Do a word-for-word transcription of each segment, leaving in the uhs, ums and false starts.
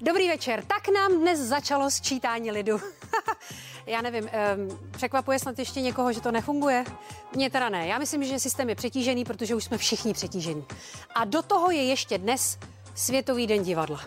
Dobrý večer, tak nám dnes začalo sčítání lidu. Já nevím, um, překvapuje snad ještě někoho, že to nefunguje? Mně teda ne, já myslím, že systém je přetížený, protože už jsme všichni přetížení. A do toho je ještě dnes Světový den divadla.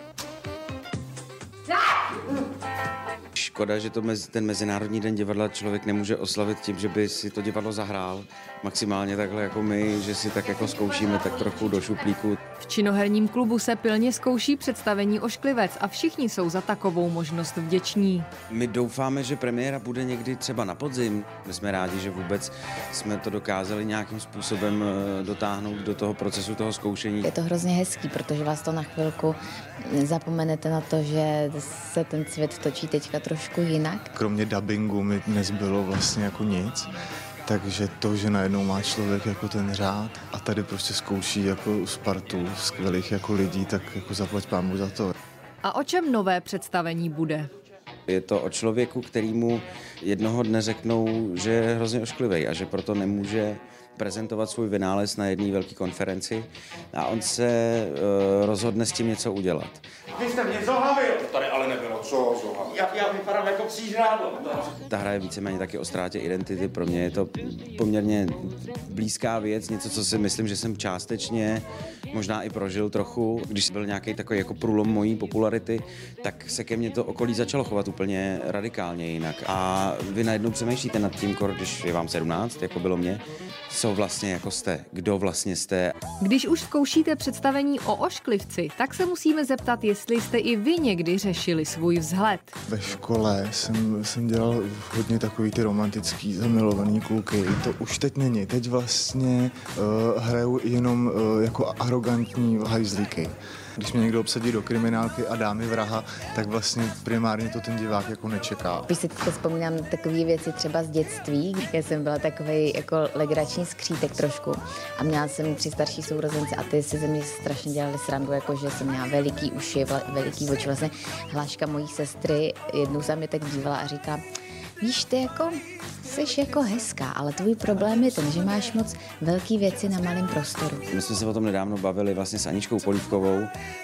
Škoda, že to mezi, ten Mezinárodní den divadla člověk nemůže oslavit tím, že by si to divadlo zahrál. Maximálně takhle jako my, že si tak jako zkoušíme tak trochu do šuplíku. V činoherním klubu se pilně zkouší představení Ošklivec a všichni jsou za takovou možnost vděční. My doufáme, že premiéra bude někdy třeba na podzim. My jsme rádi, že vůbec jsme to dokázali nějakým způsobem dotáhnout do toho procesu toho zkoušení. Je to hrozně hezký, protože vás to na chvilku zapomenete na to, že se ten svět točí teďka trošku jinak. Kromě dabingu mi nezbylo vlastně jako nic. Takže to, že najednou má člověk jako ten řád a tady prostě zkouší jako Spartu skvělých jako lidí, tak jako zaplať pámu za to. A o čem nové představení bude? Je to o člověku, kterýmu jednoho dne řeknou, že je hrozně ošklivý a že proto nemůže prezentovat svůj vynález na jedné velké konferenci a on se uh, rozhodne s tím něco udělat. Vy jste mě zohavil! Tady ale nebylo co zohavil. Já, já vypadám jako přížrádlo. Ta hra je víceméně taky o ztrátě identity. Pro mě je to poměrně blízká věc, něco, co si myslím, že jsem částečně možná i prožil trochu. Když byl nějaký takový jako průlom mojí popularity, tak se ke mně to okolí začalo chovat úplně radikálně jinak. A vy najednou přemýšlíte nad tím, když je vám sedmnáct, jako bylo mě, co vlastně jako jste, kdo vlastně jste. Když už zkoušíte představení o ošklivci, tak se musíme zeptat, jestli jste i vy někdy řešili svůj vzhled. Ve škole jsem, jsem dělal hodně takový ty romantický zamilovaný kluky. To už teď není. Teď vlastně uh, hraju jenom uh, jako arrogantní hajzlíky. Když mě někdo obsadí do kriminálky a dá mi vraha, tak vlastně primárně to ten divák jako nečeká. Když si teďka vzpomínám na takové věci třeba z dětství, já jsem byla takovej jako legrační skřítek trošku a měla jsem tři starší sourozence a ty si ze mě strašně dělali srandu, jako že jsem měla veliký uši, veliký oči. Vlastně Hláška mojí sestry jednou se mě tak dívala a říká, víš, ty jako jsi jako hezká, ale tvůj problém je ten, že máš moc velký věci na malém prostoru. My jsme se o tom nedávno bavili vlastně s Aničkou Polívkovou,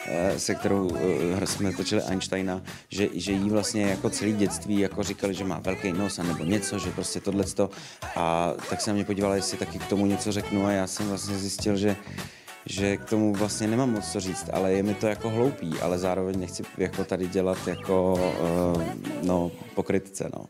se kterou jsme točili Einsteina, že, že jí vlastně jako celý dětství jako říkali, že má velký nos a nebo něco, že prostě tohleto. A tak se na mě podívala, jestli taky k tomu něco řeknu a já jsem vlastně zjistil, že že k tomu vlastně nemám moc co říct, ale je mi to jako hloupý, ale zároveň nechci jako tady dělat jako uh, no, pokrytce, no.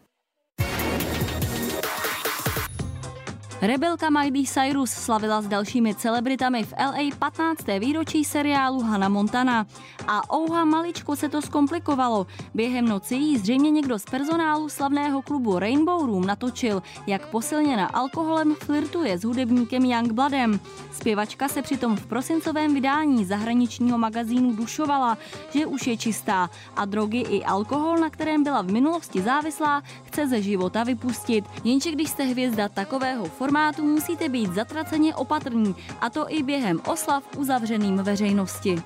Rebelka Miley Cyrus slavila s dalšími celebritami v L A patnácté výročí seriálu Hannah Montana. A ouha, maličko se to zkomplikovalo. Během noci jí zřejmě někdo z personálu slavného klubu Rainbow Room natočil, jak posilněna alkoholem flirtuje s hudebníkem Youngbloodem. Zpěvačka se přitom v prosincovém vydání zahraničního magazínu dušovala, že už je čistá a drogy i alkohol, na kterém byla v minulosti závislá, chce ze života vypustit. Jenže když jste hvězda takového formátu, musíte být zatraceně opatrní, a to i během oslav uzavřeným veřejnosti.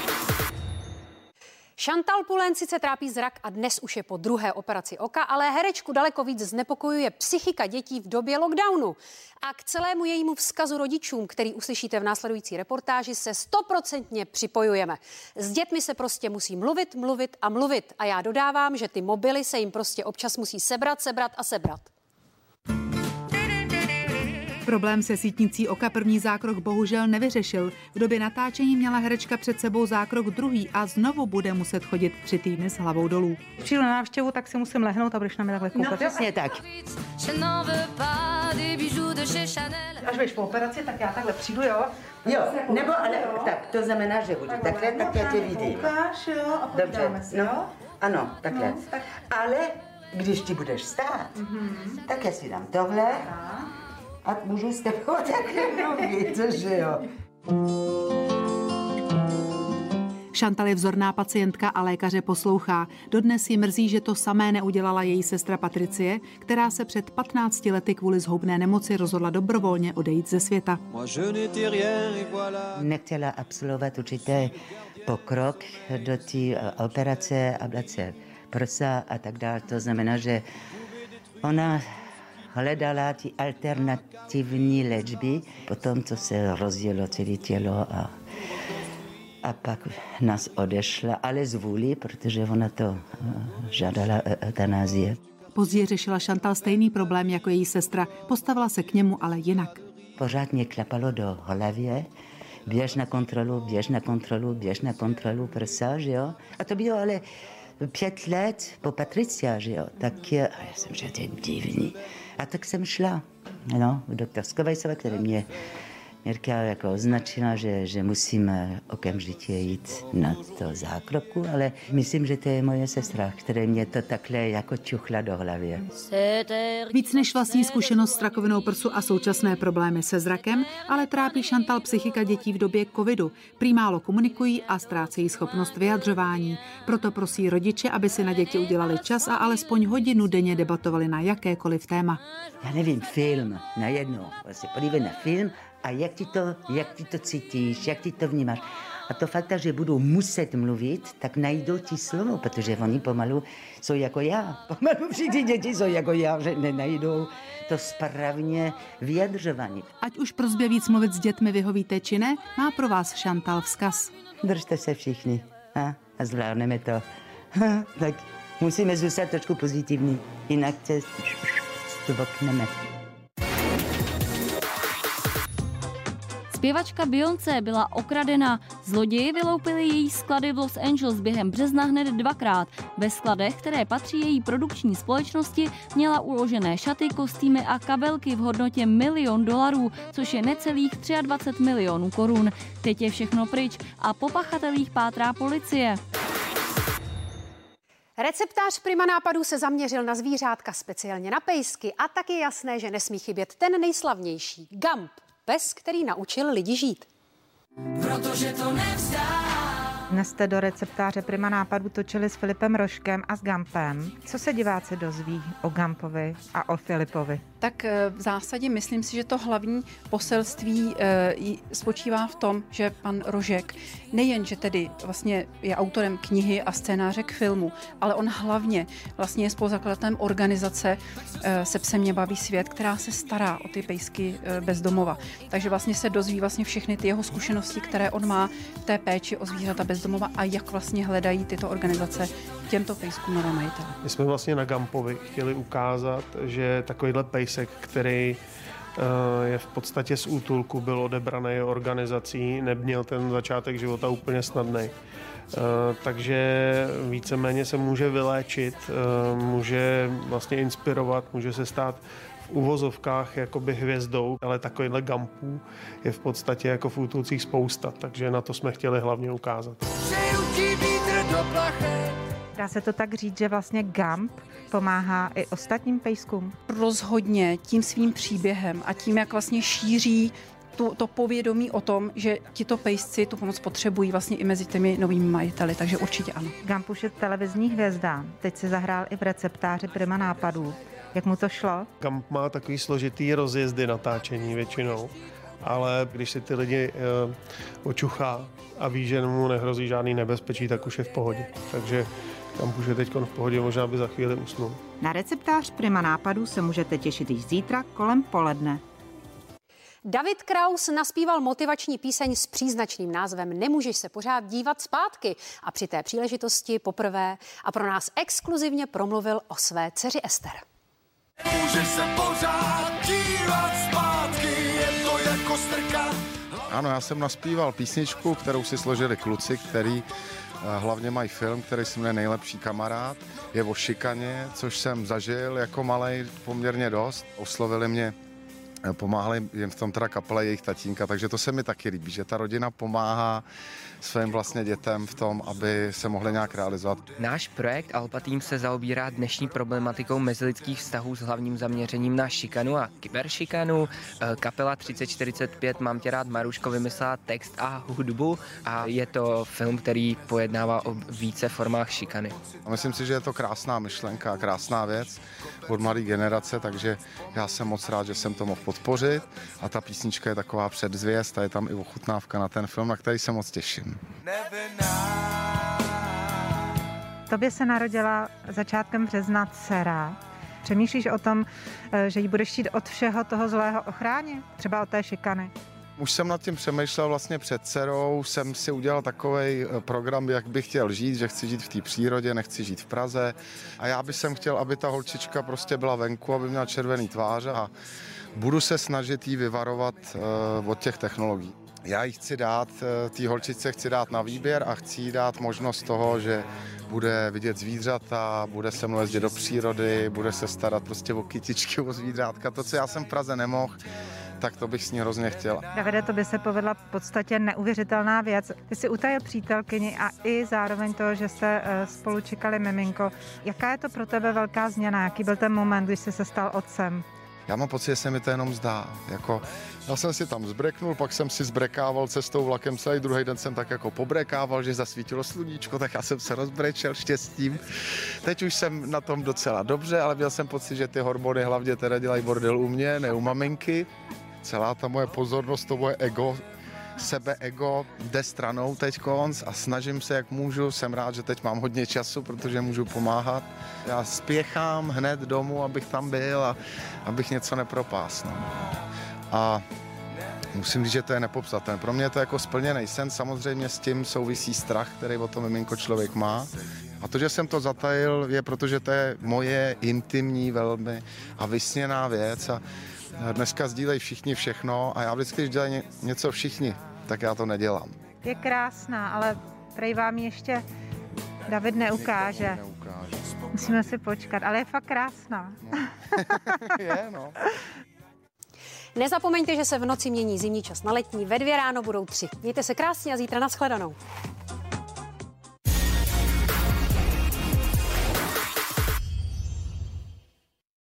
Chantal Poulain sice trápí zrak a dnes už je po druhé operaci oka, ale herečku daleko víc znepokojuje psychika dětí v době lockdownu. A k celému jejímu vzkazu rodičům, který uslyšíte v následující reportáži, se stoprocentně připojujeme. S dětmi se prostě musí mluvit, mluvit a mluvit. A já dodávám, že ty mobily se jim prostě občas musí sebrat, sebrat a sebrat. Problém se sítnicí oka první zákrok bohužel nevyřešil. V době natáčení měla herečka před sebou zákrok druhý a znovu bude muset chodit tři týdny s hlavou dolů. Přijdu na návštěvu, tak si musím lehnout a budeš na mě takhle koukat. No přesně tak. Až budeš po operaci, tak já takhle přijdu, jo? Jo, nebo ale tak, to znamená, že budu takhle, tak já tě vidím. Koukáš, jo, a podíváme se, jo? No, ano, takhle. No, tak. Ale když ti budeš stát, mm-hmm. tak já si dám tohle. A můžu s tebou takhle mluvit, cože jo. Chantal je vzorná pacientka a lékaře poslouchá. Dodnes ji mrzí, že to samé neudělala její sestra Patricie, která se před patnácti lety kvůli zhoubné nemoci rozhodla dobrovolně odejít ze světa. Nechtěla absolvovat určitý pokrok do té operace, ablace prsa a tak dále. To znamená, že ona hledala ty alternativní léčby, potom co se rozjelo celé tělo a, a pak nás odešla, ale z vůli, protože ona to žádala eutanázie. Později řešila Chantal stejný problém jako její sestra. Postavila se k němu ale jinak. Pořád mě klapalo do hlavě. Běž na kontrolu, běž na kontrolu, běž na kontrolu, prsa, že jo. A to bylo ale pět let po Patricia, že jo. Tak já jsem, že to je divný. A tak jsem šla, no, u doktor Skovajsova, který mě Mirka jako označila, že, že musím okamžitě jít na to zákroku, ale myslím, že to je moje sestra, která mě to takhle jako čuchla do hlavy. Víc než vlastní zkušenost s rakovinou prsu a současné problémy se zrakem, ale trápí Chantal psychika dětí v době covidu. Prý málo komunikují a ztrácejí schopnost vyjadřování. Proto prosí rodiče, aby si na děti udělali čas a alespoň hodinu denně debatovali na jakékoliv téma. Já nevím, film, najednou, vlastně podívej na film, a jak ty, to, jak ty to cítíš, jak ty to vnímáš. A to fakt, že budou muset mluvit, tak najdou ti slovo, protože oni pomalu jsou jako já. Pomalu všichni děti jsou jako já, že nenajdou to správně vyjadřování. Ať už prozbě víc mluvit s dětmi vyhovíte či ne, má pro vás Chantal vzkaz. Držte se všichni a, a zvládneme to. Ha, tak musíme zůstat trošku pozitivní, jinak se stvokneme. Zpěvačka Beyoncé byla okradena. Zloději vyloupili její sklady v Los Angeles během března hned dvakrát. Ve skladech, které patří její produkční společnosti, měla uložené šaty, kostýmy a kabelky v hodnotě milion dolarů, což je necelých dvacet tři milionů korun. Teď je všechno pryč a po pachatelích pátrá policie. Receptář Prima nápadů se zaměřil na zvířátka, speciálně na pejsky, a tak je jasné, že nesmí chybět ten nejslavnější, Gump. Pes, který naučil lidi žít. Protože to nevzdá. Dnes jste do receptáře Prima nápadů točili s Filipem Rožkem a s Gumpem. Co se diváci dozví o Gumpovi a o Filipovi? Tak v zásadě myslím si, že to hlavní poselství spočívá v tom, že pan Rožek nejen, že tedy vlastně je autorem knihy a scénáře k filmu, ale on hlavně vlastně je spoluzakladatelem organizace Se psem mě baví svět, která se stará o ty pejsky bez domova. Takže vlastně se dozví vlastně všechny ty jeho zkušenosti, které on má v té péči o zvířata bez domova a jak vlastně hledají tyto organizace těmto pejskům nové majitele. My jsme vlastně na Gumpovi chtěli ukázat, že takovýhle pejsek, který je v podstatě z útulku, byl odebraný organizací, neměl ten začátek života úplně snadný. Takže víceméně se může vyléčit, může vlastně inspirovat, může se stát v uvozovkách jakoby hvězdou, ale takovýhle Gumpů je v podstatě jako v útulcích spousta, takže na to jsme chtěli hlavně ukázat. Dá se to tak říct, že vlastně Gump pomáhá i ostatním pejskům? Rozhodně tím svým příběhem a tím, jak vlastně šíří tu, to povědomí o tom, že tito pejsci tu pomoc potřebují vlastně i mezi těmi novými majiteli, takže určitě ano. Gump už je televizní hvězda, teď si zahrál i v receptáři Prima nápadů. Jak mu to šlo? Gump má takový složitý rozjezdy natáčení většinou, ale když si ty lidi e, očuchá a ví, že mu nehrozí žádný nebezpečí, tak už je v pohodě. Takže Gump už je teď v pohodě, možná by za chvíli usnul. Na receptář Prima nápadů se můžete těšit již zítra kolem poledne. David Kraus naspíval motivační píseň s příznačným názvem Nemůžeš se pořád dívat zpátky a při té příležitosti poprvé a pro nás exkluzivně promluvil o své dceři Ester. Můžeš se pořád dívat zpátky, je to jako strka. Ano, já jsem naspíval písničku, kterou si složili kluci, který hlavně mají film, který se jmenuje Nejlepší kamarád. Je o šikaně, což jsem zažil jako malej poměrně dost. Oslovili mě, pomáhali jim v tom teda kapele jejich tatínka, takže to se mi taky líbí, že ta rodina pomáhá svým vlastně dětem v tom, aby se mohli nějak realizovat. Náš projekt Alpa Team se zaobírá dnešní problematikou mezilidských vztahů s hlavním zaměřením na šikanu a kyberšikanu. Kapela třicet čtyřicet pět Mám tě rád Maruško vymyslela text a hudbu a je to film, který pojednává o více formách šikany. A myslím si, že je to krásná myšlenka, krásná věc od mladé generace, takže já jsem moc rád, že jsem to mohl podpořit a ta písnička je taková předzvěst a je tam i ochutnávka na ten film, na který se moc těším. Tobě se narodila začátkem března dcera. Přemýšlíš o tom, že ji budeš chtít od všeho toho zlého ochránit? Třeba od té šikany? Už jsem nad tím přemýšlel vlastně před dcerou, jsem si udělal takový program, jak bych chtěl žít, že chci žít v té přírodě, nechci žít v Praze. A já bych jsem chtěl, aby ta holčička prostě byla venku, aby měla červený tváře a budu se snažit jí vyvarovat uh, od těch technologií. Já jí chci dát, té holčičce chci dát na výběr a chci jí dát možnost toho, že bude vidět zvířata, bude se mnou jezdit do přírody, bude se starat prostě o kytičky, o zvířátka. To, co já jsem v Praze nemohl, tak to bych s ní hrozně chtěla. Davide, to by se povedla v podstatě neuvěřitelná věc. Ty jsi utajil přítelkyni a i zároveň to, že jste spolu čekali miminko. Jaká je to pro tebe velká změna? Jaký byl ten moment, když jsi se stal otcem? Já mám pocit, že se mi to jenom zdá. Jako, já jsem si tam zbreknul, pak jsem si zbrekával cestou vlakem celý druhý den jsem tak jako pobrekával, že zasvítilo sluníčko, tak já jsem se rozbrečel štěstím. Teď už jsem na tom docela dobře, ale měl jsem pocit, že ty hormony hlavně teda dělají bordel u mě, ne u maminky. Celá ta moje pozornost, to moje ego, sebeego jde stranou teď konc a snažím se, jak můžu. Jsem rád, že teď mám hodně času, protože můžu pomáhat. Já spěchám hned domů, abych tam byl a abych něco nepropásl. No. A musím říct, že to je nepopsatelné. Pro mě to je jako splněný sen. Samozřejmě s tím souvisí strach, který o to miminko člověk má. A to, že jsem to zatajil, je protože to je moje intimní velmi a vysněná věc. A dneska sdílejí všichni všechno a já vždycky, když dělají něco všichni, tak já to nedělám. Je krásná, ale prej vám ještě David neukáže. neukáže. Musíme si počkat, ale je fakt krásná. No. Je, no. Nezapomeňte, že se v noci mění zimní čas na letní. Ve dvě ráno budou tři. Mějte se krásně a zítra nashledanou.